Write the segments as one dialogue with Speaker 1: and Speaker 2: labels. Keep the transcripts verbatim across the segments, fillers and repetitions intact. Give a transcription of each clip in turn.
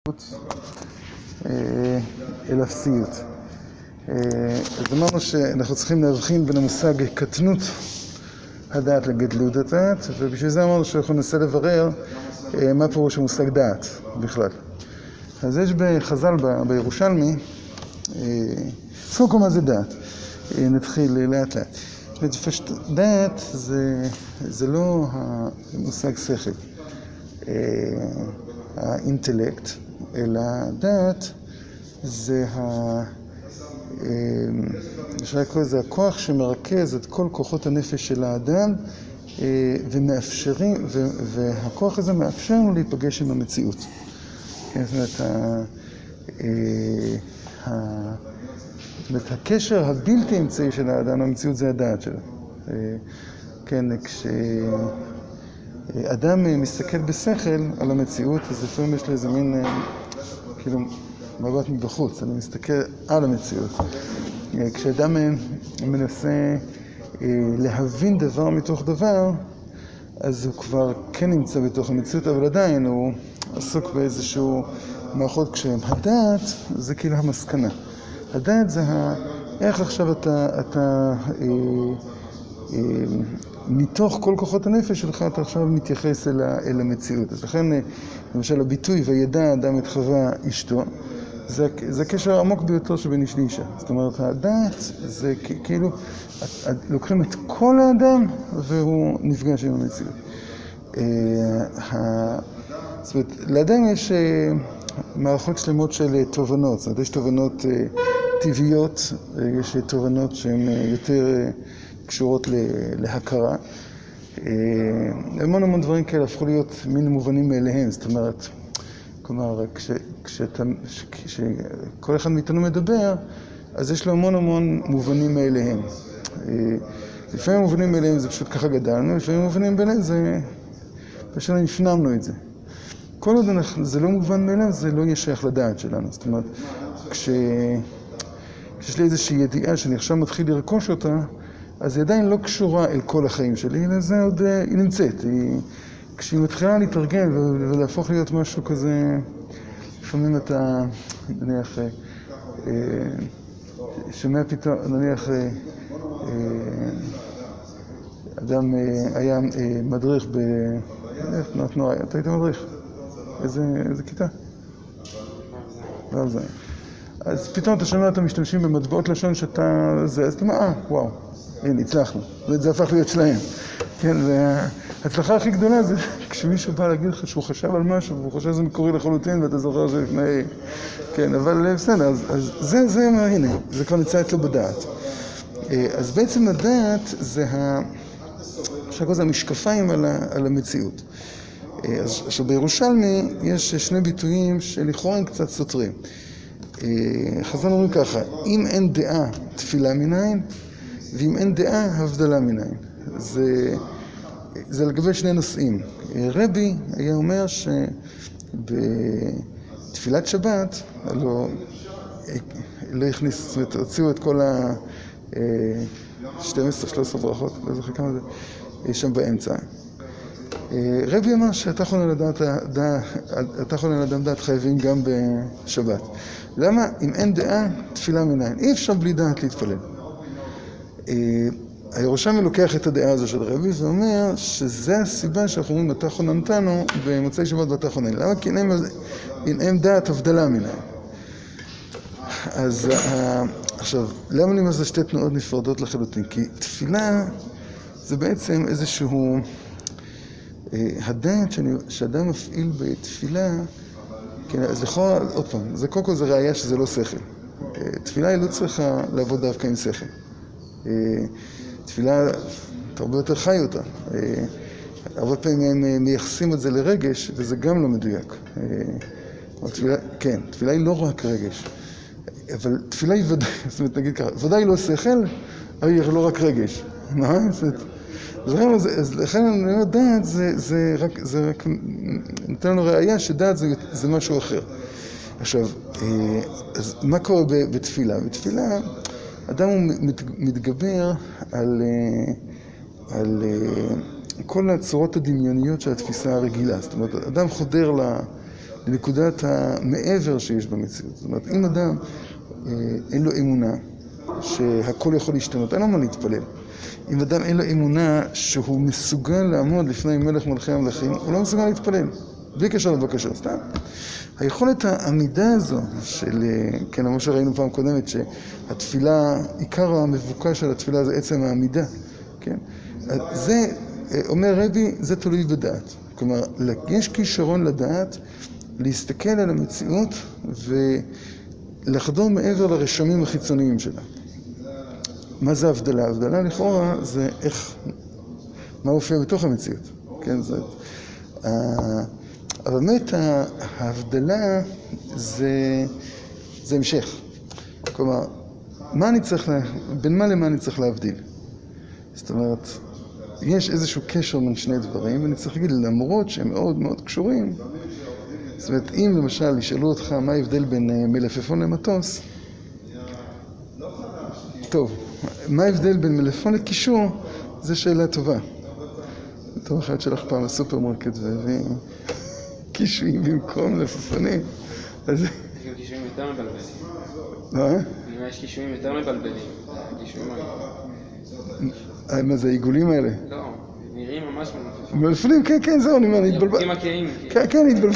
Speaker 1: אל אפסיות. אז אמרנו שאנחנו צריכים להבחין בין המושג קטנות הדעת לגדלות הדעת, ובשביל זה אמרנו שאנחנו ננסה לברר מה פירוש המושג דעת בכלל. אז יש בחז"ל בירושלמי, קודם כל מה זה דעת? נתחיל לאט לאט. דעת זה, זה לא המושג שכל, האינטלקט, אלא דעת זה ה... אפשר לקרוא לזה הכוח שמרכז את כל כוחות הנפש של האדם ומאפשרים, והכוח הזה מאפשר לנו להיפגש עם המציאות. זאת אומרת, זאת אומרת, הקשר הבלתי אמצעי של האדם למציאות זה הדעת שלו. כן, כשאדם מסתכל בשכל על המציאות, אז לפעמים יש לו איזה מין, כאילו, מבט מבחוץ, אני מסתכל על המציאות. כשאדם מנסה להבין דבר מתוך דבר, אז הוא כבר כן נמצא בתוך המציאות, אבל עדיין הוא עסוק באיזשהו מערכות כשהם. הדעת זה כאילו המסקנה. הדעת זה ה... איך עכשיו אתה, אתה אה, אה, מתוך כל כוחות הנפש שלך, אתה עכשיו מתייחס אל, אל המציאות. אז לכן, למשל, הביטוי וידע אדם את חווה אשתו, זה, זה הקשר העמוק ביותר שבין איש לאישה. זאת אומרת, הדעת זה כאילו, לוקחים את כל האדם והוא נפגש עם המציאות. זאת אומרת, לאדם יש מערכות שלמות של תובנות. זאת אומרת, יש תובנות טבעיות, יש תובנות שהן יותר קשורות להכרה. המון המון דברים כאלה הפכו להיות מין מובנים מאליהם. זאת אומרת, כלומר, כש, כשאתה, כשכל אחד מאיתנו מדבר, אז יש לו המון המון מובנים מאליהם. לפעמים מובנים מאליהם זה פשוט ככה גדלנו, לפעמים מובנים מאליהם זה פשוט הפנמנו את זה. כל עוד זה לא מובן מאליהם, זה לא יהיה שייך לדעת שלנו. זאת אומרת, כש, כשיש לי איזושהי ידיעה שאני עכשיו מתחיל לרכוש אותה, אז היא עדיין לא קשורה אל כל החיים שלי, אלא זה עוד, היא נמצאת. היא, כשהיא מתחילה להתארגן ולהפוך להיות משהו כזה, לפעמים אתה, נניח, שומע פתאום, נניח, אדם היה מדריך בתנועת נוער, אתה היית מדריך? איזה, איזה כיתה? אז פתאום אתה שומע, אתה משתמשים במטבעות לשון שאתה, זה, אז אתה אומר, אה, וואו, הנה, הצלחנו. זה הפך להיות שלהם. כן, וההצלחה הכי גדולה זה כשמישהו בא להגיד לך שהוא חשב על משהו, והוא חושב שזה מקורי לחלוטין, ואתה זוכר שלפני... כן, אבל בסדר, אז, אז זה, זה, הנה, זה כבר נמצא אצלו בדעת. אז בעצם הדעת זה ה... עכשיו כל זה המשקפיים על, ה... על המציאות. אז עכשיו בירושלמי יש שני ביטויים שלכאורה הם קצת סותרים. חז"ל אומרים ככה, אם אין דעה תפילה מנין, ואם אין דעה הבדלה מנין. זה, זה לגבי שני נושאים. רבי היה אומר שבתפילת שבת, לא, לא הכניס, זאת אומרת, הוציאו את כל ה-שתים עשרה שלוש עשרה ברכות, לא זוכר כמה זה, שם באמצע. רבי אמר שאתה יכול לדעת, אתה יכול לדעת דעת חייבים גם בשבת. למה? אם אין דעה, תפילה מנין. אי אפשר בלי דעת להתפלל. הירושלמי לוקח את הדעה הזו של רבי ואומר שזה הסיבה שאנחנו אומרים בתא חוננתנו במוצאי שבת בתא חונן. למה? כי אם אין דעת הבדלה מנין. אז עכשיו, למה אני אומר זה שתי תנועות נפרדות לחלוטין? כי תפילה זה בעצם איזשהו... הדעת שאדם מפעיל בתפילה, כן, אז לכאורה, עוד פעם, זה קודם כל זה ראייה שזה לא שכל. תפילה היא לא צריכה לעבוד דווקא עם שכל. תפילה, אתה הרבה יותר חי אותה. הרבה פעמים הם מייחסים את זה לרגש, וזה גם לא מדויק. תפילה, כן, תפילה היא לא רק רגש. אבל תפילה היא ודאי, זאת אומרת, נגיד ככה, ודאי לא שכל, אבל היא לא רק רגש. מה? אז לכן אני אומר, דעת זה, זה רק, זה רק, נותן לנו ראייה שדעת זה, זה משהו אחר. עכשיו, אז מה קורה בתפילה? בתפילה, אדם הוא מתגבר על, על כל הצורות הדמיוניות של התפיסה הרגילה. זאת אומרת, אדם חודר לנקודת המעבר שיש במציאות. זאת אומרת, אם אדם אין לו אמונה שהכל יכול להשתנות, אין לו מה להתפלל. אם אדם אין לו אמונה שהוא מסוגל לעמוד לפני מלך מלכי המלכים, הוא לא מסוגל להתפלל, בלי קשר לבקשה, סתם. היכולת העמידה הזו של, כן, כמו שראינו פעם קודמת, שהתפילה, עיקר המבוקש של התפילה זה עצם העמידה, כן? זה, אומר רבי, זה תלוי בדעת. כלומר, יש כישרון לדעת להסתכל על המציאות ולחדור מעבר לרשמים החיצוניים שלה. מה זה הבדלה? הבדלה לכאורה זה איך, מה הופיע בתוך המציאות, כן? זה, אבל באמת ההבדלה זה, זה המשך. כלומר, מה אני צריך, לה, בין מה למה אני צריך להבדיל? זאת אומרת, יש איזשהו קשר בין שני דברים, ואני צריך להגיד למרות שהם מאוד מאוד קשורים. זאת אומרת, אם למשל ישאלו אותך מה ההבדל בין מלפפון למטוס, טוב, מה ההבדל בין מלפפון לקישור? זו שאלה טובה. בתור אחד שלך פעם לסופרמרקט והביא קישואים במקום מלפפונים.
Speaker 2: יש גם קישואים יותר מבלבלים.
Speaker 1: מה?
Speaker 2: נראה יש קישואים יותר מבלבלים. קישואים
Speaker 1: האלה. מה זה, העיגולים האלה?
Speaker 2: לא, נראים ממש מלפפון.
Speaker 1: מלפפונים, כן, כן, זהו, אני אומר, התבלבל.
Speaker 2: ירוקים הקיים.
Speaker 1: כן, כן, התבלבל.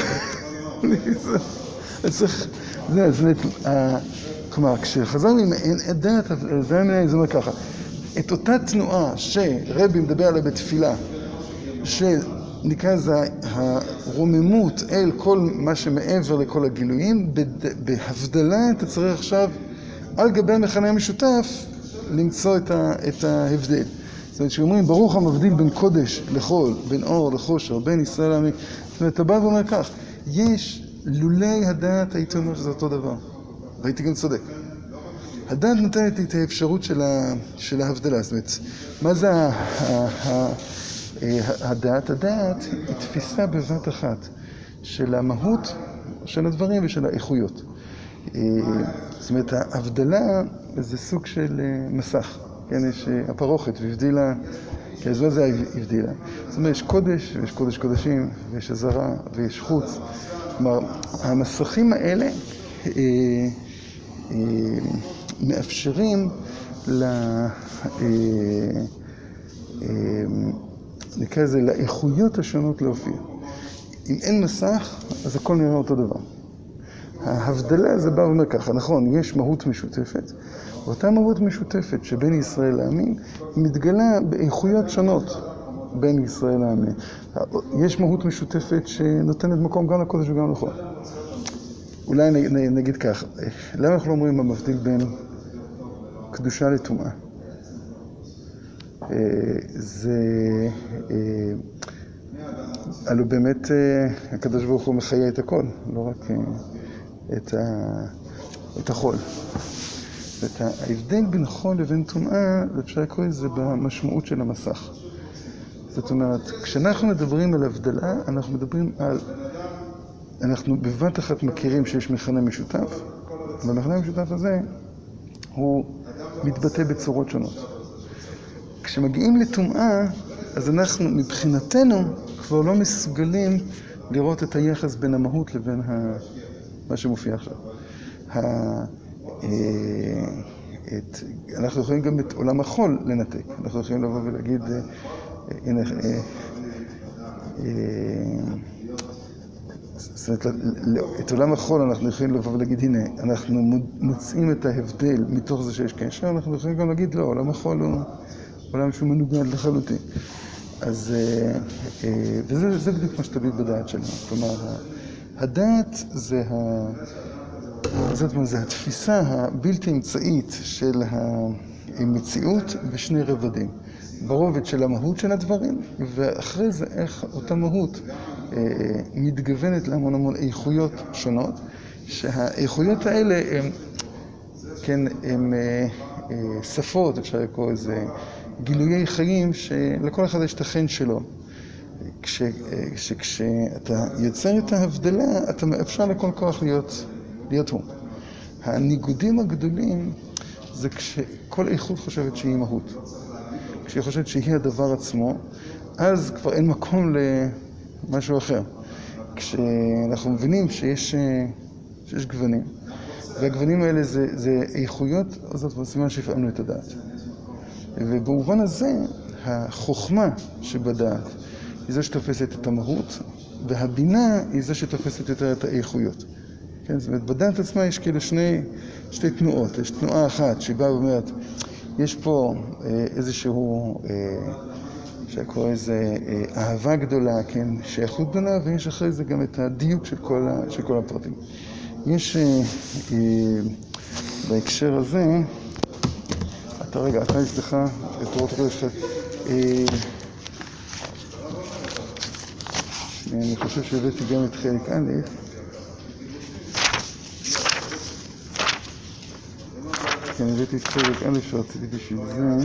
Speaker 1: אז צריך, זה, זה, כלומר, כשחזרנו עם דעת, זה היה אומר ככה, את אותה תנועה שרבי מדבר עליה בתפילה, שנקרא זה הרוממות אל כל מה שמעבר לכל הגילויים, בהבדלה אתה צריך עכשיו על גבי המכנה המשותף למצוא את, ה, את ההבדל. זאת אומרת שאומרים ברוך המבדיל בין קודש לחול, בין אור לחושר, בין ישראל לעמי. זאת אומרת, אתה בא ואומר כך, יש לולי הדעת, הייתי אומר שזה אותו דבר, והייתי גם צודק. הדעת נותנת את האפשרות של, ה, של ההבדלה. זאת אומרת, מה זה ה, ה, ה, הדעת? הדעת היא תפיסה בבת אחת של המהות של הדברים ושל האיכויות. זאת אומרת, ההבדלה זה סוג של מסך. כן, יש הפרוכת והבדילה, כי אז מה זה הבדילה? זאת אומרת, יש קודש ויש קודש קודשים ויש עזרה ויש חוץ. כלומר, המסכים האלה אה, אה, מאפשרים ל... אה, אה, נקרא לזה, לאיכויות השונות להופיע. אם אין מסך, אז הכל נראה אותו דבר. ההבדלה זה בא ואומר ככה, נכון, יש מהות משותפת, ואותה מהות משותפת שבין ישראל לעמים, היא מתגלה באיכויות שונות בין ישראל לעמים. יש מהות משותפת שנותנת מקום גם לקודש וגם לחול. אולי נגיד כך, למה אנחנו לא אומרים המבדיל בין קדושה לטומאה? זה... אלו באמת הקדוש ברוך הוא מחיה את הכל, לא רק את, ה... את החול. ואת ההבדל בין חול לבין טומאה, אפשר לקרוא את זה במשמעות של המסך. זאת אומרת, כשאנחנו מדברים על הבדלה, אנחנו מדברים על... אנחנו בבת אחת מכירים שיש מכנה משותף, והמכנה המשותף הזה הוא מתבטא בצורות שונות. כשמגיעים לטומאה, אז אנחנו מבחינתנו כבר לא מסוגלים לראות את היחס בין המהות לבין ה... מה שמופיע עכשיו. ה... את... אנחנו יכולים גם את עולם החול לנתק. אנחנו יכולים לבוא ולהגיד, הנה, זאת אומרת, את עולם החול אנחנו יכולים לבוא ולהגיד, הנה, אנחנו מוצאים את ההבדל מתוך זה שיש קשר, אנחנו יכולים גם להגיד, לא, עולם החול הוא עולם שהוא מנוגד לחלוטין. אז, וזה זה בדיוק מה שתלוי בדעת שלנו. כלומר, הדעת זה, ה, זאת אומרת, זה התפיסה הבלתי אמצעית של המציאות בשני רבדים. ברובד של המהות של הדברים, ואחרי זה איך אותה מהות מתגוונת להמון המון איכויות שונות, שהאיכויות האלה הן, כן, הן שפות, אפשר לקרוא איזה גילויי חיים שלכל אחד יש את החן שלו. כש, שכשאתה יוצר את ההבדלה, אתה מאפשר לכל כוח להיות, להיות הוא. הניגודים הגדולים זה כשכל איכות חושבת שהיא מהות. כשהיא חושבת שהיא הדבר עצמו, אז כבר אין מקום למשהו אחר. כשאנחנו מבינים שיש, שיש גוונים, והגוונים האלה זה, זה איכויות, זאת סימן שהפעמנו את הדעת. ובמובן הזה, החוכמה שבדעת היא זו שתופסת את המהות, והבינה היא זו שתופסת יותר את האיכויות. כן, זאת אומרת, בדעת עצמה יש כאילו שני, שתי תנועות. יש תנועה אחת שבאה ואומרת, יש פה אה, איזשהו, אה, אפשר לקרוא איזה אה, אהבה גדולה, כן, שייכות גדולה, ויש אחרי זה גם את הדיוק של כל, ה, של כל הפרטים. יש אה, אה, בהקשר הזה, אתה רגע, אתה אצלך, את תורות הקודש שלך, אה, אני חושב שהבאתי גם את חלק א', כן, הבאתי את חלק א' שרציתי בשביל זה.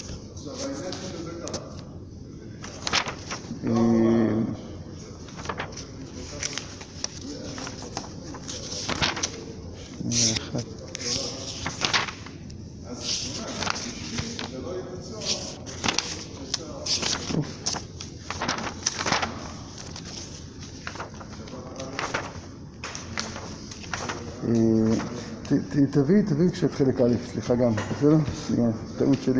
Speaker 1: תביא, תביא כשאת חלק א', סליחה גם, בסדר? שנייה, טעות שלי.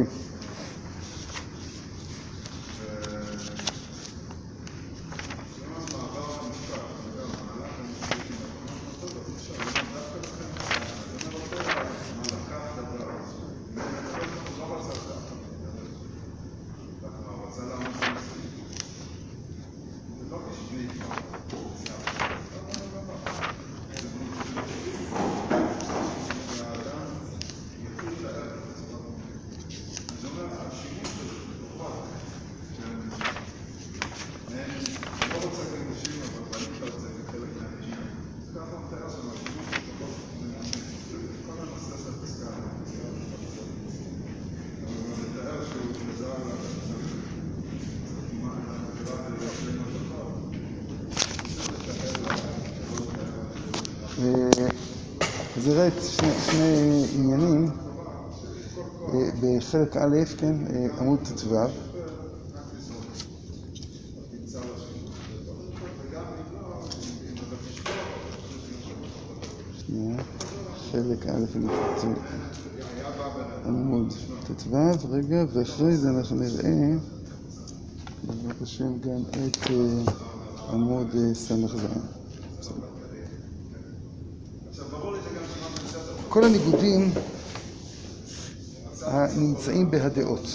Speaker 1: אז נראה את שני, שני עניינים בחלק א', כן, עמוד ט"ו. שנייה, חלק א' עמוד ט"ו, רגע, ואחרי זה אנחנו נראה, בעזרת השם, גם את עמוד סמ"ך ז'. כל הניגודים הנמצאים בהדעות,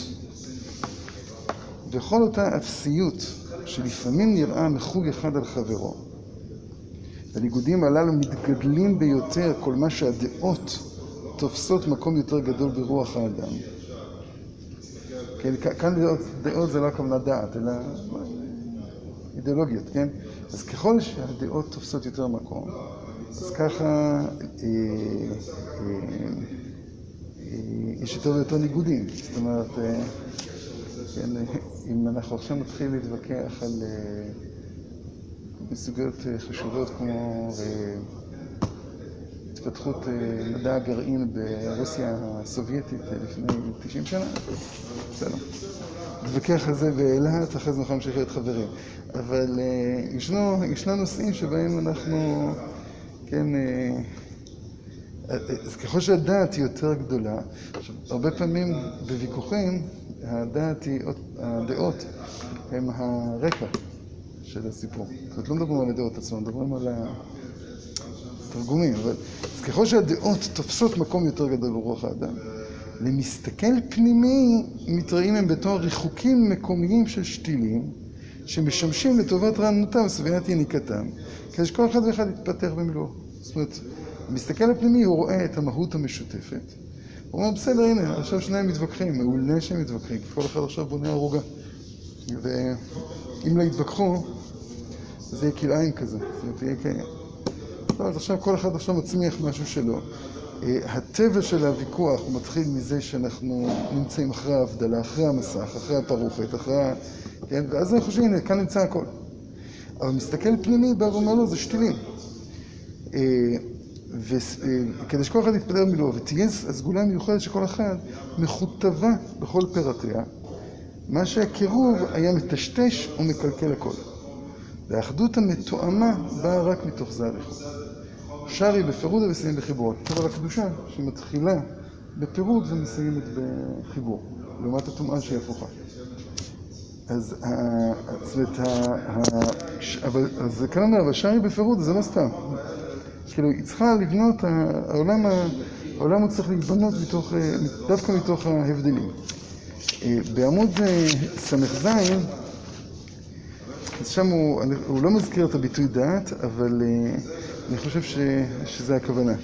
Speaker 1: וכל אותה אפסיות שלפעמים נראה מחוג אחד על חברו, הניגודים הללו מתגדלים ביותר כל מה שהדעות תופסות מקום יותר גדול ברוח האדם. כן, כאן דעות, דעות זה לא הכוונה דעת, אלא אידיאולוגיות, כן? אז ככל שהדעות תופסות יותר מקום, אז ככה אה, אה, יש יותר ויותר ניגודים. זאת אומרת, כן, אם אנחנו עכשיו נתחיל להתווכח על בסוגיות חשובות כמו התפתחות מדע הגרעין ברוסיה הסובייטית לפני תשעים שנה, בסדר. נתווכח על זה באילת, אחרי זה נוכל להמשיך להיות חברים. אבל ישנו, ישנו נושאים שבהם אנחנו, כן, אז ככל שהדעת היא יותר גדולה, הרבה פעמים בוויכוחים, הדעת היא, הדעות הם הרקע של הסיפור. זאת אומרת, לא מדברים על הדעות עצמם, מדברים על התרגומים. אבל אז ככל שהדעות תופסות מקום יותר גדול ברוח האדם, למסתכל פנימי מתראים הם בתור ריחוקים מקומיים של שתילים, שמשמשים לטובת רעננותם וסביעת יניקתם, כדי שכל אחד ואחד יתפתח במילואו. זאת אומרת, מסתכל הפנימי, הוא רואה את המהות המשותפת. הוא אומר, בסדר, הנה, עכשיו שניים מתווכחים, מעולה שהם מתווכחים, כי כל אחד עכשיו בונה הרוגה. ואם לא יתווכחו, זה יהיה כלאיים כזה. זאת אומרת, יהיה כאלה. טוב, אז עכשיו כל אחד עכשיו מצמיח משהו שלו. הטבע של הוויכוח הוא מתחיל מזה שאנחנו נמצאים אחרי ההבדלה, אחרי המסך, אחרי הפרופת, אחרי ה... כן? ואז אנחנו חושבים, הנה, כאן נמצא הכל. אבל מסתכל פנימי, בא ואומר לו, זה שתילים. וכדי שכל אחד יתפדר מילואו, ותהיה הסגולה המיוחדת שכל אחד מכותבה בכל פרטיה, מה שהקירוב היה מטשטש ומקלקל הכל. והאחדות המתואמה באה רק מתוך זה הריחוק. שרי בפירוד ומסיים בחיבור. אבל הקדושה שמתחילה בפירוד ומסיימת בחיבור, לעומת הטומאה שהיא הפוכה. אז זה כאן אומר, אבל שרי בפירוד זה לא סתם. כאילו, היא צריכה לבנות, העולם, העולם הוא צריך להתבנות מתוך, דווקא מתוך ההבדלים. בעמוד סמך זין, אז שם הוא, הוא לא מזכיר את הביטוי דעת, אבל אני חושב ש, שזה הכוונה.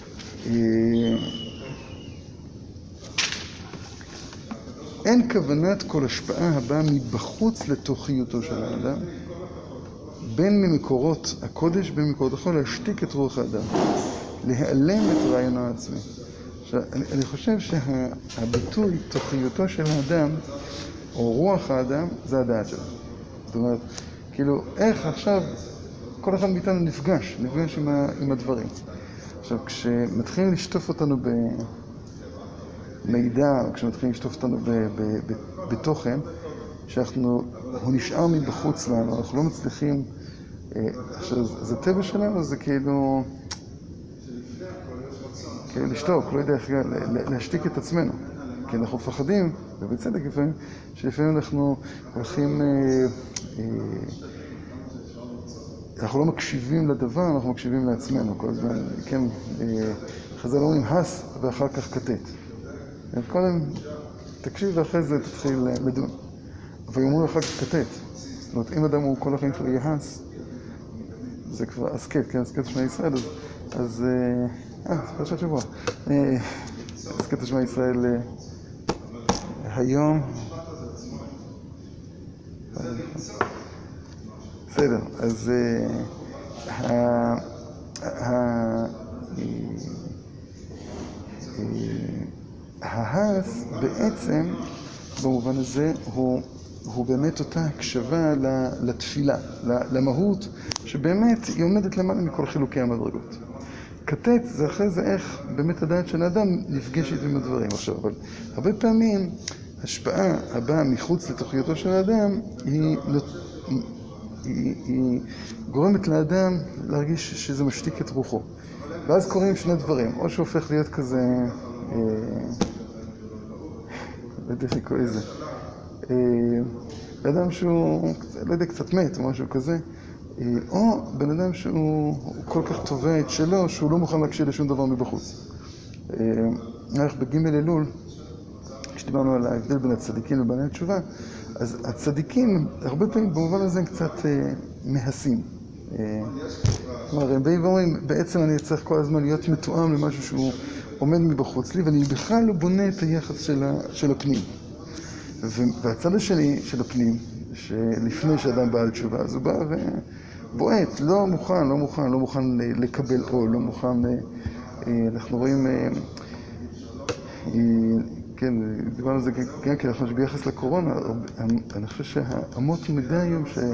Speaker 1: אין כוונת כל השפעה הבאה מבחוץ לתוכיותו של האדם, בין ממקורות הקודש, בין ממקורות החול, להשתיק את רוח האדם, להיעלם את רעיונו העצמי. עכשיו, אני, אני חושב שהביטוי תוכיותו של האדם, או רוח האדם, זה הדעת שלו. זאת אומרת, כאילו, איך עכשיו כל אחד מאיתנו נפגש, נפגש עם, ה, עם הדברים. עכשיו, כשמתחילים לשטוף אותנו במידע, או כשמתחילים לשטוף אותנו ב, ב, ב, בתוכן, שאנחנו, הוא נשאר מבחוץ לנו, אנחנו לא מצליחים, עכשיו, זה טבע שלנו, זה כאילו, כאילו לשתוק, לא יודע איך, להשתיק את עצמנו. כי אנחנו מפחדים, ובצדק לפעמים, שלפעמים אנחנו הולכים, אה, אה, אנחנו לא מקשיבים לדבר, אנחנו מקשיבים לעצמנו כל הזמן, כן, אה, חז"ל אומרים הס ואחר כך כתת. קודם תקשיב ואחרי זה תתחיל לדון. אבל אומרים אחר כך כתת. זאת אומרת, אם אדם הוא כל החיים שלו יהס, זה כבר אסקט, כן, אסקט שמע ישראל, אז, אז, אה, זה פרשת שבוע. אה, אסקט שמע ישראל אה, היום, בסדר, אז ההס בעצם במובן הזה הוא, הוא באמת אותה הקשבה לתפילה, למהות שבאמת היא עומדת למעלה מכל חילוקי המדרגות. כתת זה אחרי זה איך באמת הדעת של האדם נפגשת עם הדברים עכשיו, אבל הרבה פעמים השפעה הבאה מחוץ לתוכיותו של האדם היא, היא, היא, היא גורמת לאדם להרגיש שזה משתיק את רוחו. ואז קוראים שני דברים, או שהופך להיות כזה, אה, לא יודע איך לקרוא איזה, אה, אדם שהוא, לא יודע, קצת מת או משהו כזה, אה, או בן אדם שהוא כל כך טובה את שלו, שהוא לא מוכן להקשיב לשום דבר מבחוץ. אה, בגימל אלול, כשדיברנו על ההבדל בין הצדיקים ובעלי התשובה, אז הצדיקים, הרבה פעמים במובן הזה הם קצת אה, מהסים. כלומר, הם באים ואומרים, בעצם אני צריך כל הזמן להיות מתואם למשהו שהוא עומד מבחוץ לי, ואני בכלל לא בונה את היחס של, ה, של הפנים. והצד השני של הפנים, שלפני שאדם בעל תשובה, אז הוא בא ובועט, לא מוכן, לא מוכן, לא מוכן לקבל עול, לא מוכן, אנחנו רואים, כן, דיברנו על זה גם כן, אנחנו ביחס לקורונה, אני חושב שהאמות מידה היום ש...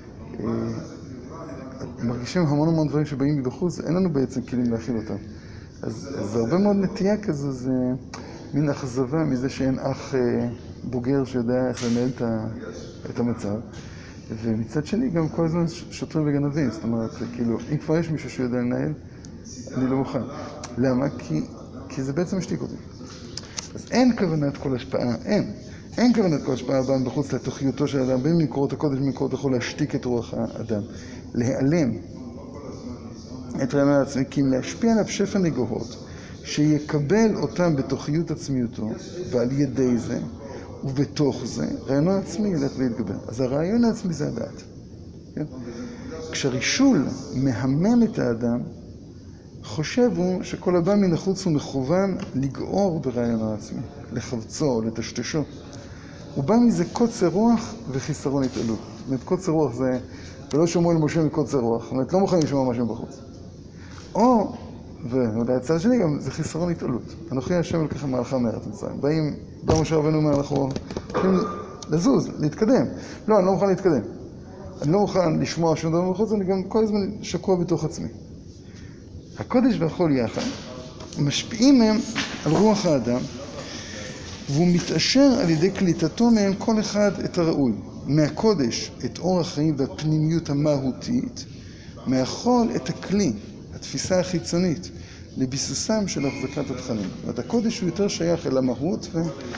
Speaker 1: מרגישים המון המון דברים שבאים מבחוץ, אין לנו בעצם כלים להכיל אותם. אז, אז הרבה מאוד נטייה כזו, זה מין אכזבה מזה שאין אח אה, בוגר שיודע איך לנהל את, ה, את המצב. ומצד שני גם כל הזמן שוטרים וגנבים, זאת אומרת, כאילו, אם כבר יש מישהו שיודע לנהל, אני לא מוכן. למה? כי, כי זה בעצם משתיק אותי. אז אין כוונת כל השפעה, אין. אין כוונת כל השפעה הבאה בחוץ לתוכיותו של האדם, בין ממקורות הקודש וממקורות החול להשתיק את רוח האדם. להיעלם את רעיונו העצמי, כי אם להשפיע עליו שפע נגוהות, שיקבל אותם בתוכיות עצמיותו, ועל ידי זה, ובתוך זה, רעיונו העצמי ילך להתגבר. אז הרעיון העצמי זה הדעת. כן? כשרישול מהמם את האדם, חושב הוא שכל הבא מן החוץ הוא מכוון לגעור ברעיונו העצמי, לחבצו, לטשטשו. הוא בא מזה קוצר רוח וחיסרון התעלות. זאת אומרת, קוצר רוח זה, ולא שומעו אל משה מקוצר רוח. זאת אומרת, לא מוכנים לשמוע משהו בחוץ. או, והצד השני גם, זה חיסרון התעלות. אנוכי השם אלוקיכם מעלך מארץ מצרים. באים, בא משה רבנו אומר, אנחנו הולכים לזוז, להתקדם. לא, אני לא מוכן להתקדם. אני לא מוכן לשמוע שום דבר בחוץ, אני גם כל הזמן שקוע בתוך עצמי. הקודש והחול יחד משפיעים מהם על רוח האדם, והוא מתאשר על ידי קליטתו מהם כל אחד את הראוי. מהקודש את אור החיים והפנימיות המהותית, מהחול את הכלי, התפיסה החיצונית, לביסוסם של החזקת התכנים. זאת הקודש הוא יותר שייך אל המהות,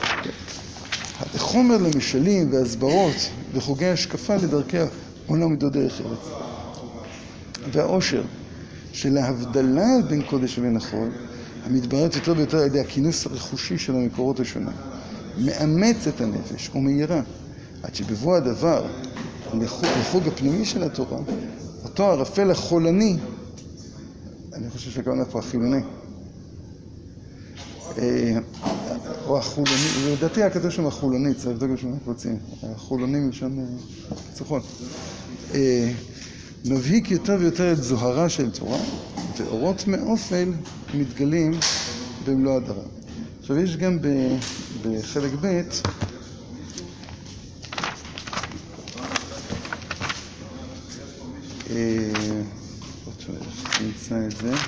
Speaker 1: וחומר למשלים והסברות וחוגי השקפה לדרכי העולם מדוד דרך ארץ. והאושר של ההבדלה בין קודש ובין החול, המתבררת יותר ויותר על ידי הכינוס הרכושי של המקורות השונים, מאמץ את הנפש ומהירה, עד שבבוא הדבר לחוג הפנימי של התורה, אותו הרפל החולני, אני חושב שכוונה פה החילוני, או החולני, לדעתי היה כתוב שם החולני, צריך לבדוק בשביל מקבוצים, החולני מלשון ניצחון. מבהיק יותר ויותר את זוהרה של תורה, ואורות מאופל מתגלים במלוא הדרה. עכשיו יש גם בחלק ב' עוד שואל, נמצא את זה.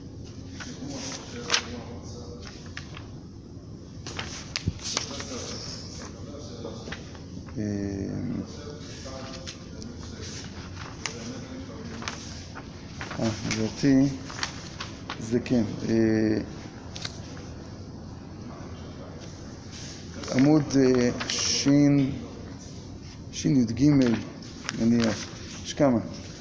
Speaker 1: אה, לדעתי זה כן. עמוד שין, שין י' ג' נניח, יש כמה.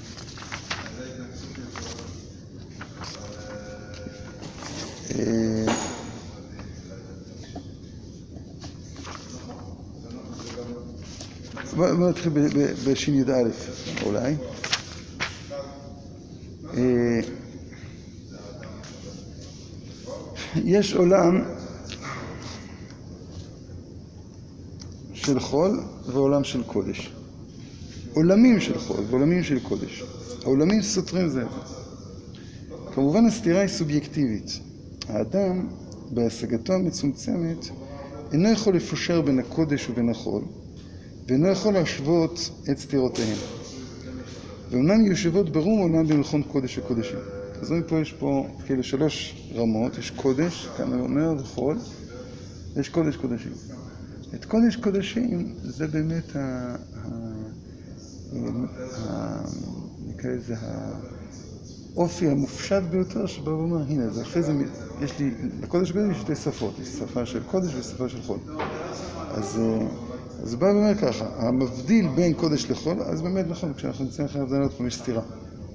Speaker 1: בואו נתחיל בשין י' א' אולי. יש עולם של חול ועולם של קודש. עולמים של חול ועולמים של קודש. העולמים סותרים זה. כמובן הסתירה היא סובייקטיבית. האדם בהשגתו המצומצמת אינו יכול לפושר בין הקודש ובין החול, ואינו יכול להשוות את סתירותיהם. ואומנם יושבות ברום עולם במכון קודש וקודשים. אז פה יש פה כאלה שלוש רמות, יש קודש, כאן הוא אומר, וחול, יש קודש קודשים. את קודש קודשים זה באמת ה... נקרא לזה האופי המופשט ביותר שבא ואומר, הנה, זה אחרי זה, יש לי, לקודש קודש יש שתי שפות, יש שפה של קודש ושפה של חול. אז זה בא ואומר ככה, המבדיל בין קודש לחול, אז באמת נכון, כשאנחנו נמצאים אחרי הבדלות פה יש סתירה.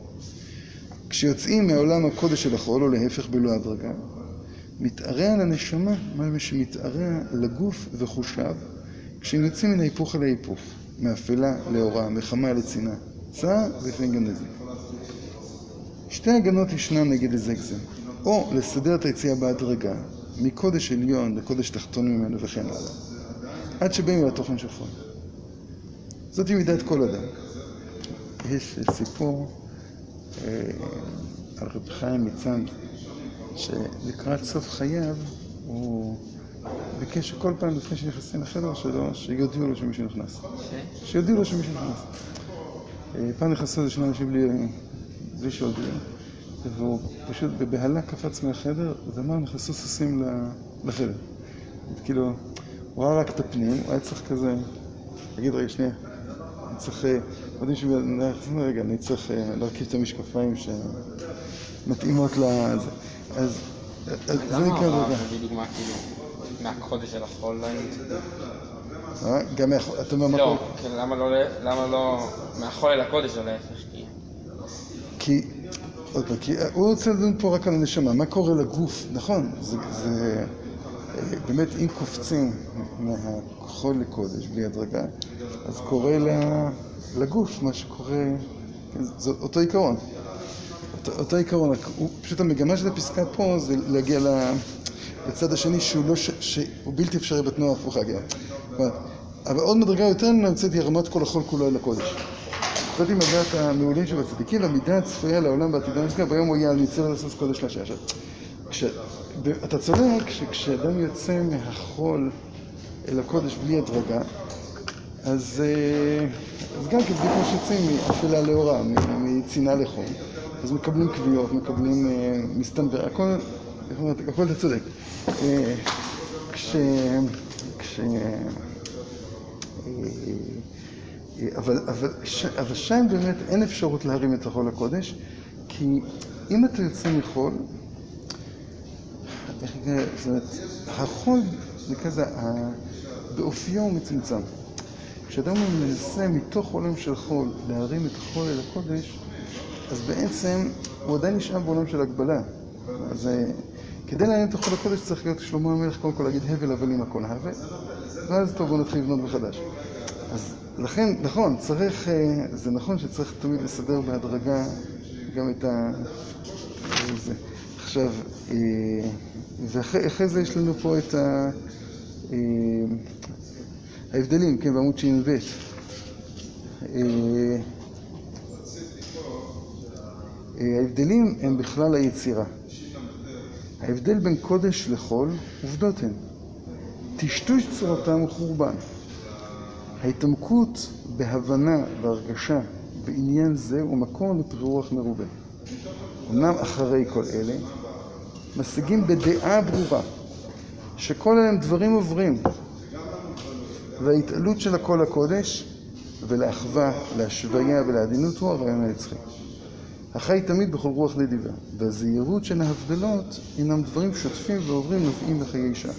Speaker 1: כשיוצאים מעולם הקודש של החול, או להפך בלא הדרגה, מתארע על הנשמה, מה שמתארע לגוף וחושיו, כשהם יוצאים מן ההיפוך על ההיפוך, מאפלה לאורה, מחמה לצינה, צער ולפעמים גם נזק. שתי הגנות ישנן נגד לזק זה, או לסדר את היציאה בהדרגה, מקודש עליון לקודש תחתון ממנו וכן הלאה, עד שבאים אל התוכן של חול. זאת היא מידת כל אדם. יש סיפור אה, על רב חיים מצאנז, שלקראת סוף חייו הוא ביקש שכל פעם לפני שנכנסים לחדר שלו, שיודיעו לו שמישהו נכנס. שיודיעו לו שמישהו נכנס. פעם נכנסו איזה שני אנשים בלי, בלי שהודיעו, והוא פשוט בבהלה קפץ מהחדר, ואמר, נכנסו סוסים לחדר. כאילו, הוא ראה רק את הפנים, הוא היה צריך כזה, תגיד רגע שנייה, אני צריך, יודעים שבנראה, רגע, אני צריך להרכיב את המשקפיים שמתאימות לזה. אז זה נקרא דרגה.
Speaker 2: בדוגמה כאילו, מהקודש של החול לא
Speaker 1: אה? גם מהחול, אתה אומר מה קורה?
Speaker 2: לא, למה לא מהחול אל הקודש או להפך?
Speaker 1: כי, עוד פעם, כי הוא רוצה לדון פה רק על הנשמה, מה קורה לגוף? נכון, זה, זה באמת אם קופצים מהחול לקודש בלי הדרגה, אז קורה לגוף מה שקורה, זה אותו עיקרון. אותו, אותו עיקרון, הוא, פשוט המגמה של הפסקה פה זה להגיע לצד השני שהוא, לא ש, שהוא בלתי אפשרי בתנועה הפוכה. אבל עוד מדרגה יותר נמצאת היא הרמת כל החול כולו אל הקודש. זאת היא מדעת המעולים שבצדיקים, והמידה הצפויה לעולם בעתידה נזכר, ביום הוא יהיה על מצווה לעשות קודש לשעה. אתה צודק שכשאדם יוצא מהחול אל הקודש בלי הדרגה, אז, אז גם כן בדיוק כמו שיוצאים מאפלה לאורה, מצינה לחול, אז מקבלים קביעות, מקבלים מסתנבר, הכל, הכל אתה צודק. כש... כש... אבל, אבל, אבל שם באמת אין אפשרות להרים את החול הקודש, כי אם אתה יוצא מחול, איך יקרה, זאת אומרת, החול זה כזה, באופיו הוא מצומצם. כשאדם מנסה מתוך עולם של חול להרים את החול אל הקודש, אז בעצם הוא עדיין נשאר בעולם של הגבלה. אז כדי להרים את החול הקודש צריך להיות שלמה המלך קודם כל להגיד הבל הבלים הכל הבל, ואז טוב בוא נתחיל לבנות מחדש. אז לכן, נכון, צריך, זה נכון שצריך תמיד לסדר בהדרגה גם את ה... זה. עכשיו, ואחרי זה יש לנו פה את ה... ההבדלים, כן, בעמוד שין ב'. ההבדלים הם בכלל היצירה. ההבדל בין קודש לחול, עובדות הן. טשטוש צורתם וחורבן. ההתעמקות בהבנה והרגשה בעניין זה הוא מקום לפרוח מרובה. אמנם אחרי כל אלה, משיגים בדעה ברורה שכל אלה הם דברים עוברים, וההתעלות של הכל הקודש ולאחווה, להשוויה ולעדינות הוא הרעיון הנצחי. החי תמיד בכל רוח נדיבה, והזהירות של ההבדלות אינם דברים שוטפים ועוברים נובעים לחיי שעה.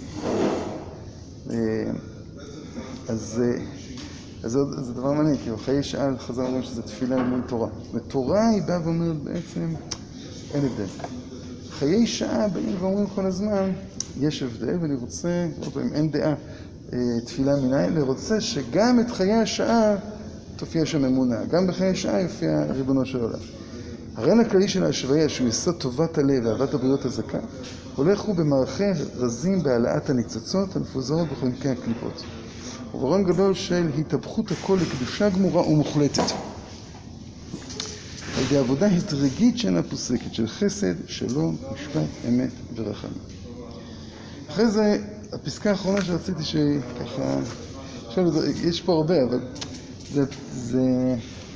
Speaker 1: אז אז זה דבר מעניין, כי בחיי שעה חז"ל אומרים שזה תפילה מול תורה. ותורה היא באה ואומרת בעצם, אין הבדל. חיי שעה באים ואומרים כל הזמן, יש הבדל, ואני רוצה, אם אין דעה, תפילה מנין, אני רוצה שגם את חיי השעה תופיע שם אמונה. גם בחיי השעה יופיע ריבונו של עולם. הרעיון הכללי של ההשוויה, שהוא יסוד טובת הלב ואהבת הבריות הזכה, הולך הוא במערכי רזים בהעלאת הניצוצות המפוזרות בכל עמקי הקליפות. וברעיון גדול של התהפכות הכל לקדושה גמורה ומוחלטת. על ידי עבודה הדרגית שאינה פוסקת, של חסד, שלום, משפט, אמת ורחמים. אחרי זה, הפסקה האחרונה שרציתי שככה, עכשיו, יש פה הרבה, אבל זה, זה,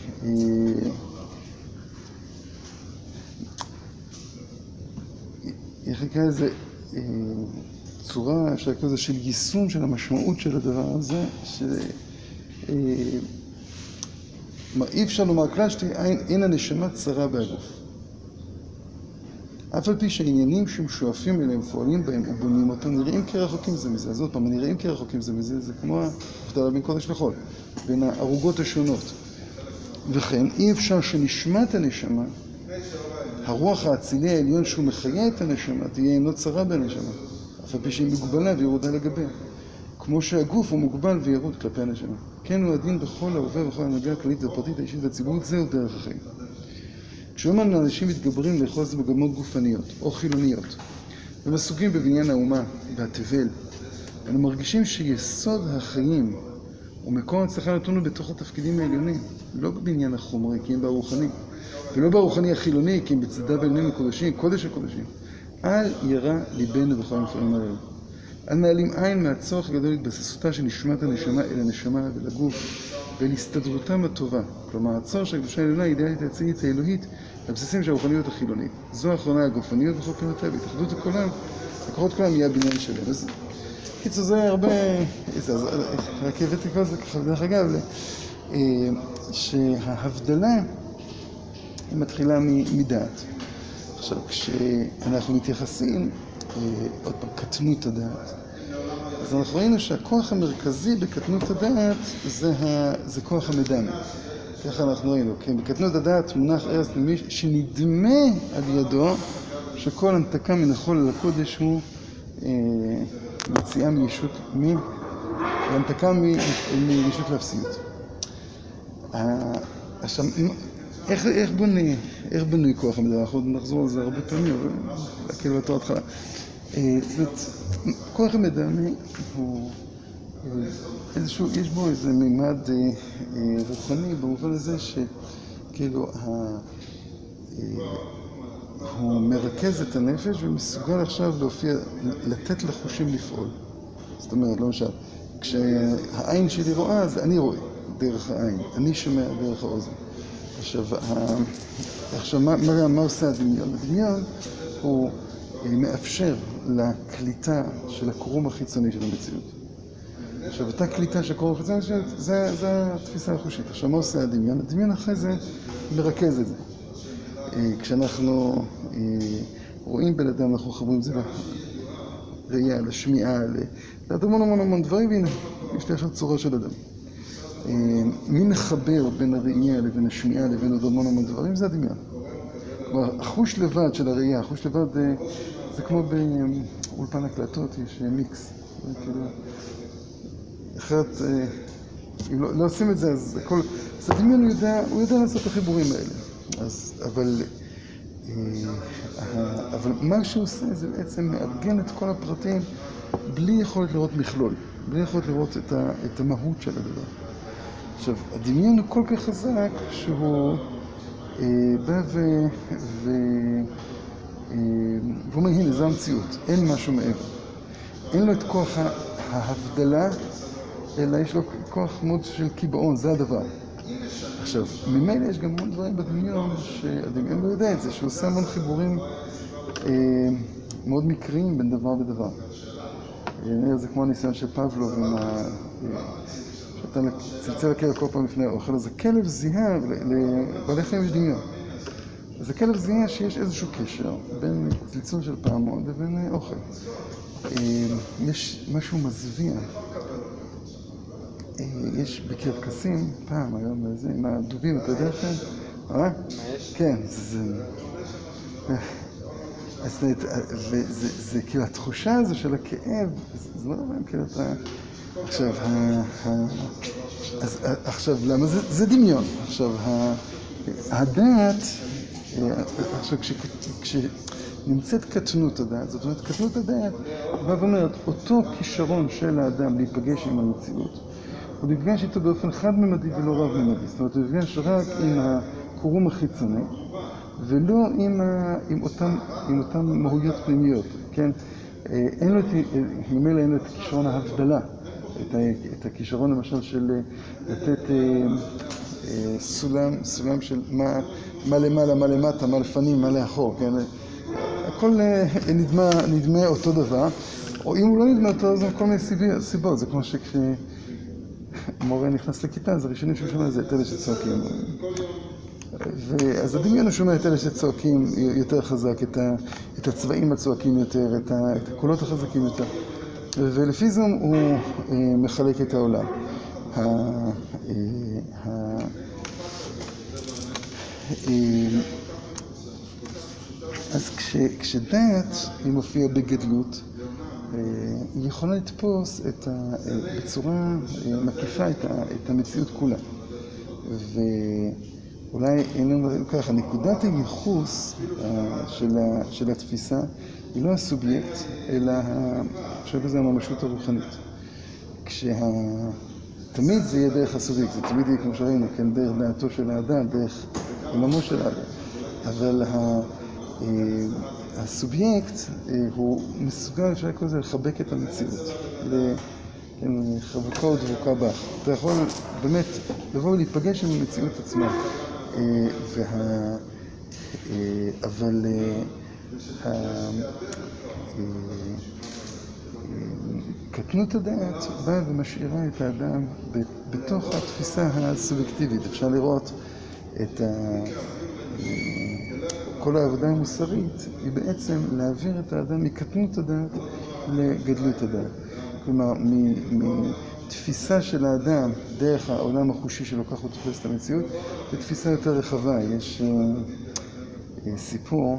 Speaker 1: איך נקרא איזה צורה, אפשר לקרוא לזה של יישום של המשמעות של הדבר הזה, של... אי אפשר לומר כלל שתהיה אין הנשמה צרה בהגוף. אף על פי שהעניינים שמשואפים אליהם פועלים בהם ובונים אותם נראים כרחוקים זה מזה. אז עוד פעם, נראים כרחוקים זה מזה, זה כמו ההבדלה בין קודש לחול, בין הערוגות השונות. וכן, אי אפשר שנשמת הנשמה, הרוח האצילי העליון שהוא מחיה את הנשמה, תהיה אינו צרה בנשמה. אף על פי שהיא מגבלה וירודה לגביה. כמו שהגוף הוא מוגבל וירוד כלפי הנשמה. כן הוא הדין בכל ההווה ובכל הנהגה הכללית והפרטית האישית והציבורית, זהו דרך החיים. כשאומרים לאנשים מתגברים לאחוז מגמות גופניות או חילוניות, ומסוגים בבניין האומה והתבל, אנו מרגישים שיסוד החיים ומקום הצלחה נתונו בתוך התפקידים העליונים, לא בבניין החומרי, כי הם ברוחני, ולא ברוחני החילוני, כי הם בצדה בעליונים מקודשים, קודש הקודשים. אל ירא ליבנו בכל המפעלים הללו. אל נעלים עין מהצורך הגדול להתבססותה של נשמת הנשמה אל הנשמה ולגוף ולהסתדרותם הטובה. כלומר, הצורך של הקדושה העליונה היא אידיאלית האצילית האלוהית לבסיסים של הרוחניות החילונית. זו האחרונה הגופניות בכל פירותיה, בהתאחדות הכולם, הכוחות כולם יהיה הבניין שלהם. אז קיצור, זה הרבה... אז רק הבאתי כל זה ככה, דרך אגב, שההבדלה היא מתחילה מדעת. עכשיו, כשאנחנו מתייחסים, עוד פעם, קטנות הדעת, אז אנחנו ראינו שהכוח המרכזי בקטנות הדעת זה, ה... זה כוח המדמה. ככה אנחנו ראינו, כן? בקטנות הדעת מונח ערש פנימי שנדמה על ידו שכל הנתקה מן החול אל הקודש הוא אה, מציאה מישות, מ... הנתקה מישות לאפסיות. עכשיו, איך, איך, בוני, איך בנוי כוח המדמה? אנחנו נחזור על זה הרבה פעמים, אבל כאילו בתור התחלה. זאת אומרת, כוח המדמה הוא איזשהו, יש בו איזה מימד רוחני במובן הזה שכאילו הוא מרכז את הנפש ומסוגל עכשיו להופיע, לתת לחושים לפעול. זאת אומרת, למשל, כשהעין שלי רואה, אז אני רואה דרך העין, אני שומע דרך האוזן. עכשיו, עכשיו מה, מה, מה עושה הדמיון? הדמיון הוא מאפשר לקליטה של הקרום החיצוני של המציאות. עכשיו, אותה קליטה שקורה בחיצון, זה, זה התפיסה החושית. עכשיו, מה עושה הדמיון? הדמיון אחרי זה מרכז את זה. כשאנחנו רואים בן אדם, אנחנו חברים את זה לראייה, לשמיעה, לעד המון המון המון דברים, והנה, יש לי עכשיו צורה של אדם. מי מחבר בין הראייה לבין השמיעה לבין עוד המון המון דברים? זה הדמיון. כלומר, החוש לבד של הראייה, החוש לבד זה כמו באולפן הקלטות, יש מיקס. כאילו, אחרת, אם לא, לא עושים את זה, אז הכל... אז הדמיון הוא יודע, הוא יודע לעשות את החיבורים האלה. אז, אבל... אבל מה שהוא עושה זה בעצם מארגן את כל הפרטים בלי יכולת לראות מכלול, בלי יכולת לראות את, ה, את המהות של הדבר. עכשיו, הדמיון הוא כל כך חזק שהוא אה, בא ו... ו... אה, והוא אומר, הנה, זו המציאות, אין משהו מעבר. אין לו את כוח ההבדלה, אלא יש לו כוח מאוד של קיבעון, זה הדבר. עכשיו, ממילא יש גם המון דברים בדמיון שהדמיון לא יודע את זה, שהוא עושה המון חיבורים אה, מאוד מקריים בין דבר ודבר. אה, זה כמו הניסיון של פבלוב עם ה... שאתה צלצל לכלב כל פעם לפני האוכל, אז הכלב זיהה, לבעלי חיים יש דמיון. אז הכלב זיהה שיש איזשהו קשר בין צלצול של פעמון לבין אוכל. אה, יש משהו מזוויע. יש בקרב קסים, פעם היום, זה, עם הדובים, אתה יודע לכם? אה?
Speaker 2: מה יש?
Speaker 1: כן, זה... אז זה, זה כאילו התחושה הזו של הכאב, זה לא דבר, כאילו אתה... עכשיו, אז עכשיו, למה? זה דמיון. עכשיו, הדעת, עכשיו, כשנמצאת קטנות הדעת, זאת אומרת, קטנות הדעת, בא ואומרת, אותו כישרון של האדם להיפגש עם המציאות, הוא נפגש איתו באופן חד-ממדי ולא רב-ממדי. זאת אומרת, הוא נפגש רק עם הקורום החיצוני, ולא עם, ה... עם, אותם, עם אותם מהויות פנימיות, כן? אין לו את, ממילא אין לו את כישרון ההבדלה, את, ה... את הכישרון למשל של לתת אה, אה, סולם, סולם של מה, מה למעלה, מה למטה, מה לפנים, מה לאחור, כן? הכל אה, נדמה, נדמה אותו דבר, או אם הוא לא נדמה אותו, אז כל מיני סיבות, זה כמו שכש... מורה נכנס לכיתה, אז הראשונים שהוא שומע זה את אלה שצועקים. אז הדמיון הוא שומע את אלה שצועקים יותר חזק, את, ה, את הצבעים הצועקים יותר, את, ה, את הקולות החזקים יותר. ולפי זה הוא אה, מחלק את העולם. ה, אה, ה, אה, אז כש, כשדעת היא מופיעה בגדלות, היא יכולה לתפוס את ה, בצורה מקיפה את, ה, את המציאות כולה. ואולי אין לנו ככה, נקודת הייחוס של, ה, של התפיסה היא לא הסובייקט, אלא עכשיו בזה הממשות הרוחנית. כשה... תמיד זה יהיה דרך הסובייקט, זה תמיד יהיה כמו שראינו, כן, דרך דעתו של האדם, דרך עולמו של האדם. אבל ה... הסובייקט הוא מסוגל, אפשר לקרוא לזה, לחבק את המציאות. לחבוקה ודבוקה בך. אתה יכול באמת לבוא ולהיפגש עם המציאות עצמה. וה... אבל קטנות הדעת באה ומשאירה את האדם בתוך התפיסה הסובייקטיבית. אפשר לראות את ה... כל העבודה המוסרית היא בעצם להעביר את האדם מקטנות הדעת לגדלות הדעת. כלומר, מתפיסה של האדם דרך העולם החושי שלו, כך הוא תופס את המציאות, לתפיסה יותר רחבה. יש סיפור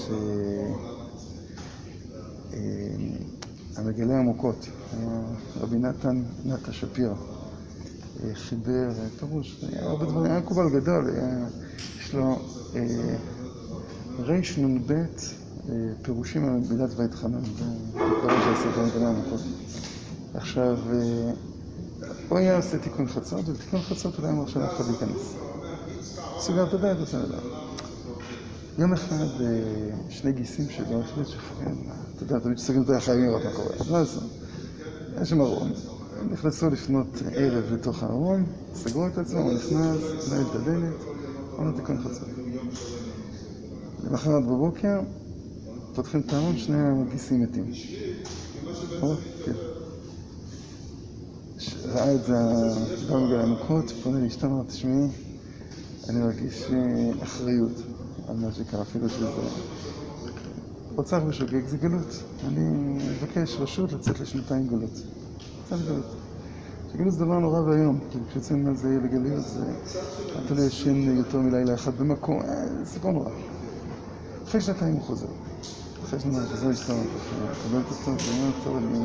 Speaker 1: שהמגלה עמוקות, רבי נתן נתן שפירא, חיבר פירוש, היה הרבה דברים, היה מקובל גדול, היה, יש לו ריש נ"ב פירושים על מילת ויתחנן, זה קורא של הספר מגלה עמוקות. עכשיו, הוא היה עושה תיקון חצות, ובתיקון חצות הוא לא היה מרשה לאף אחד להיכנס. סוגר את הדעת, עושה לדעת. יום אחד, שני גיסים שלו, החליט שחייבים, אתה יודע, תמיד שסוגרים את החייבים לראות מה קורה. אז מה עשו? היה שם ארון. הם נכנסו לפנות ערב לתוך הארון, סגרו את עצמם, הוא נכנס, נעל את הדלת, אמרו תיקון חצות. למחרת בבוקר, פותחים את הארון, שני הגיסים מתים. או, כן. ראה את זה, בא מגלה מכות, פונה לאשתו, אמר, תשמעי, אני מרגיש אחריות על מה שקרה, אפילו שזה רוצח ושוגג, זה גלות. אני מבקש רשות לצאת לשנתיים גלות. לצאת גלות. שגלות זה דבר נורא והיום, כי כשיוצאים מה זה יהיה לגליות, זה אתה לא ישן יותר מלילה אחד במקום, זה כבר נורא. אחרי שנתיים הוא חוזר. אחרי שנתיים הוא חוזר להשתמע, קבלת אותו, ואומר, טוב, אני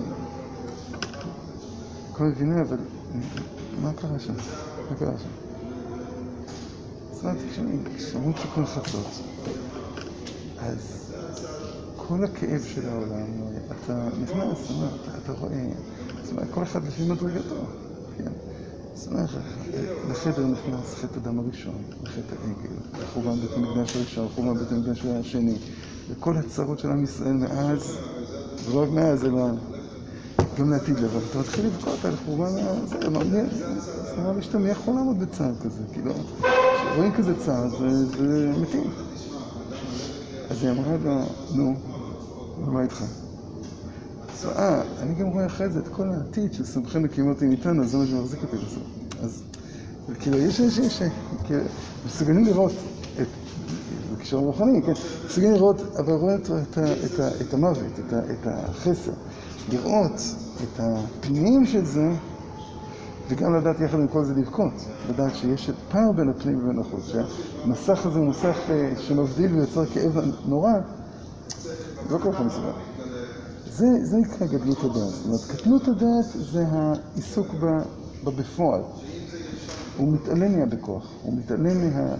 Speaker 1: כל מבינה, אבל מה קרה שם? מה קרה שם? זאת אומרת, כשאמרו תיקון חצות, אז כל הכאב של העולם, אתה נכנס, אתה, אתה רואה, זאת אומרת, כל אחד לפי מדרגתו, כן? זאת אומרת, לחדר נכנס חטא הדם הראשון, לחטא העגל, לחורבן בית המקדש הראשון, לחורבן בית המקדש השני, וכל הצרות של עם ישראל מאז, ולא רק מאז, אלא גם לעתיד לבוא. אתה מתחיל לבכות על חורבן, זה אמר לי שאתה מי יכול לעמוד בצער כזה, כאילו, רואים כזה צער, זה מתאים. אז היא אמרה לו, נו, ומה איתך? אז אה, אני גם רואה אחרי זה את כל העתיד של שמחי נקימותי מאיתנו, אז זה מה שמחזיק אותי בסוף. אז כאילו, יש אנשים שמסוגלים לראות את, בקשר רוחני, כן? מסוגלים לראות, אבל רואה את המוות, את החסר. לראות את הפנים של זה, וגם לדעת יחד עם כל זה לבכות. לדעת שיש פער בין הפנים ובין החוץ. שהמסך הזה הוא מסך שמבדיל ויוצר כאב נורא, לא כל כך מסוגל. זה, זה נקרא גדלות הדעת. זאת אומרת, קטנות הדעת זה העיסוק בבפועל. הוא מתעלם מהבכוח, הוא מתעלם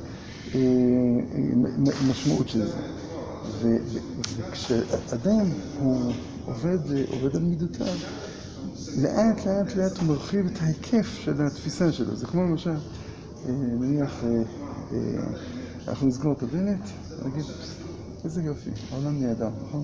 Speaker 1: מהמשמעות של זה. וכשאדם הוא עובד, עובד על מידותיו, לאט לאט לאט הוא מרחיב את ההיקף של התפיסה שלו. זה כמו למשל, נניח, אנחנו נסגור את הדלת, נגיד, איזה יופי, העולם נהדר, נכון?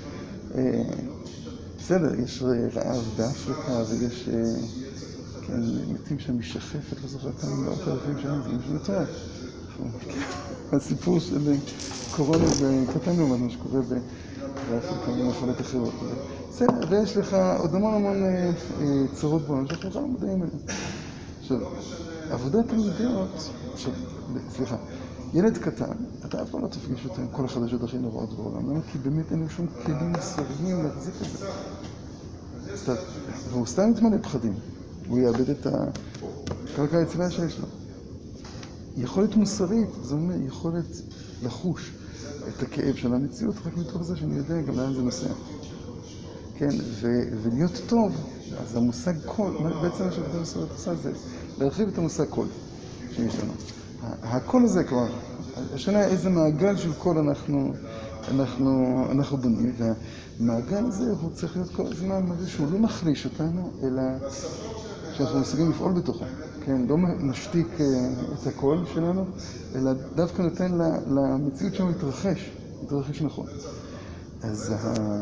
Speaker 1: בסדר, יש רעב באפריקה ויש, כן, מתים שם משחפת, לא זוכר כמה מאות אלפים שנה, זה משהו מטורף. הסיפור של קורונה זה קטן לעומת מה שקורה באפריקה ומחלות אחרות. בסדר, ויש לך עוד המון המון צרות בעולם שאנחנו בכלל לא מודעים אליהם. עכשיו, עבודת המידות, עכשיו, סליחה, ילד קטן, אתה אף פעם לא תפגיש אותו עם כל החדשות הכי נוראות בעולם. למה? כי באמת אין לו שום כלים מוסריים להחזיק את זה. והוא סתם יתמלא פחדים. הוא יאבד את הקרקע היציבה שיש לו. יכולת מוסרית, זאת אומרת, יכולת לחוש את הכאב של המציאות, רק מתוך זה שאני יודע גם לאן זה נוסע. כן, ו- ולהיות טוב, אז המושג קול, בעצם מה שבדל מסורת עושה זה להרחיב את המושג קול שיש לנו. הקול הזה כבר, השאלה איזה מעגל של קול אנחנו, אנחנו, אנחנו בונים, והמעגל הזה הוא צריך להיות כל הזמן משהו שהוא לא מחליש אותנו, אלא שאנחנו מסוגלים לפעול בתוכו. כן, לא משתיק את הקול שלנו, אלא דווקא נותן למציאות שלנו להתרחש, להתרחש נכון. אז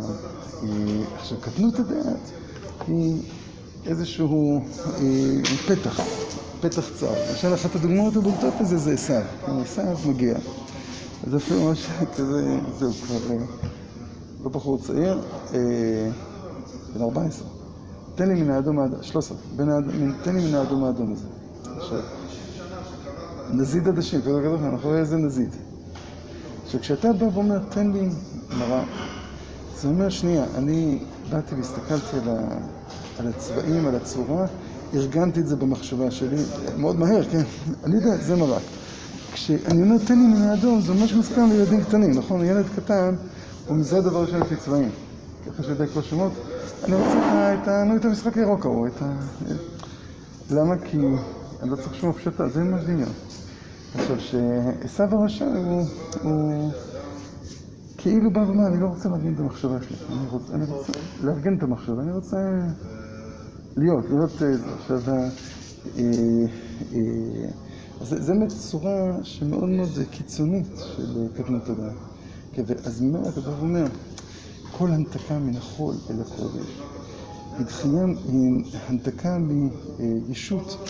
Speaker 1: עכשיו, קטנות הדעת היא איזשהו פתח, פתח צר. למשל, אחת הדוגמאות הבולטות לזה זה עשיו. עשיו מגיע. אז אפילו ממש כזה, זהו, כבר לא בחור צעיר, בן ארבע עשרה. תן לי מן האדום האדום, שלוש עשרה, תן לי מן האדום האדום הזה. עכשיו, נזיד עדשים, כזה כזה, אנחנו רואים איזה נזיד. עכשיו, כשאתה בא ואומר, תן לי מראה, זה אומר, שנייה, אני באתי והסתכלתי על, ה... על הצבעים, על הצורה, ארגנתי את זה במחשבה שלי, מאוד מהר, כן? אני יודע, זה מרק. כשאני אומר, תן לי מן האדום, זה ממש מזכר לילדים קטנים, נכון? ילד קטן, הוא מזה דבר ראשון לפי צבעים. ככה שיודע כל שמות. אני רוצה את, ה... נו, את המשחק הירוק, או את ה... למה? כי אני לא צריך שום הפשטה, זה ממש דמיון. עכשיו, שעשיו הרשע הוא... הוא... כאילו בא ומה, אני לא רוצה לארגן את המחשבה שלי, אני רוצה, אני רוצה לארגן את המחשבה, אני רוצה להיות, להיות זה. עכשיו, אה, אה, זה, זה באמת צורה שמאוד מאוד קיצונית של קטנות הדעת. אז ממילא אתה בא ואומר, כל הנתקה מן החול אל הקודש, היא דחייה, היא הנתקה מישות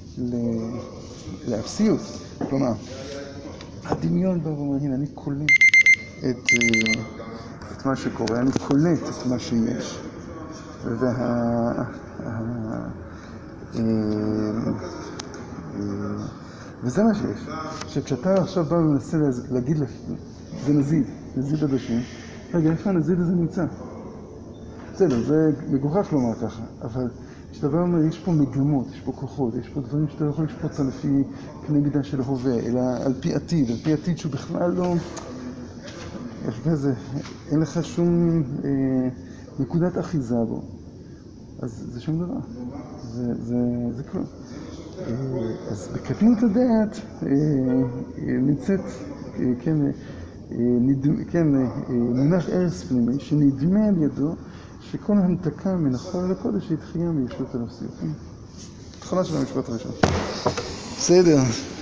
Speaker 1: לאפסיות. כלומר, הדמיון בא ואומר, הנה, אני קולט את... את מה שקורה, אני קולט את מה שיש. וה... וזה מה שיש. שכשאתה עכשיו בא ומנסה להגיד, זה נזיד, נזיד עדשים, רגע, איפה הנזיד הזה נמצא? בסדר, זה מגוחך לומר ככה, אבל כשאתה בא ואומר, יש פה מגמות, יש פה כוחות, יש פה דברים שאתה לא יכול לשפוט על לפי קנה מידה של הווה, אלא על פי עתיד, על פי עתיד שהוא בכלל לא... זה, אין לך שום אה, נקודת אחיזה בו, אז זה שום דבר, זה, זה, זה כלום. אה, אז בקטנות הדעת אה, אה, נמצאת, אה, כן, אה, נדמה, כן, אה, מונח ארס פנימי שנדמה על ידו שכל ההמתקה מן החול אל הקודש היא תחייה מישות על הפסיוכים. התחלה של המשפט הראשון. בסדר.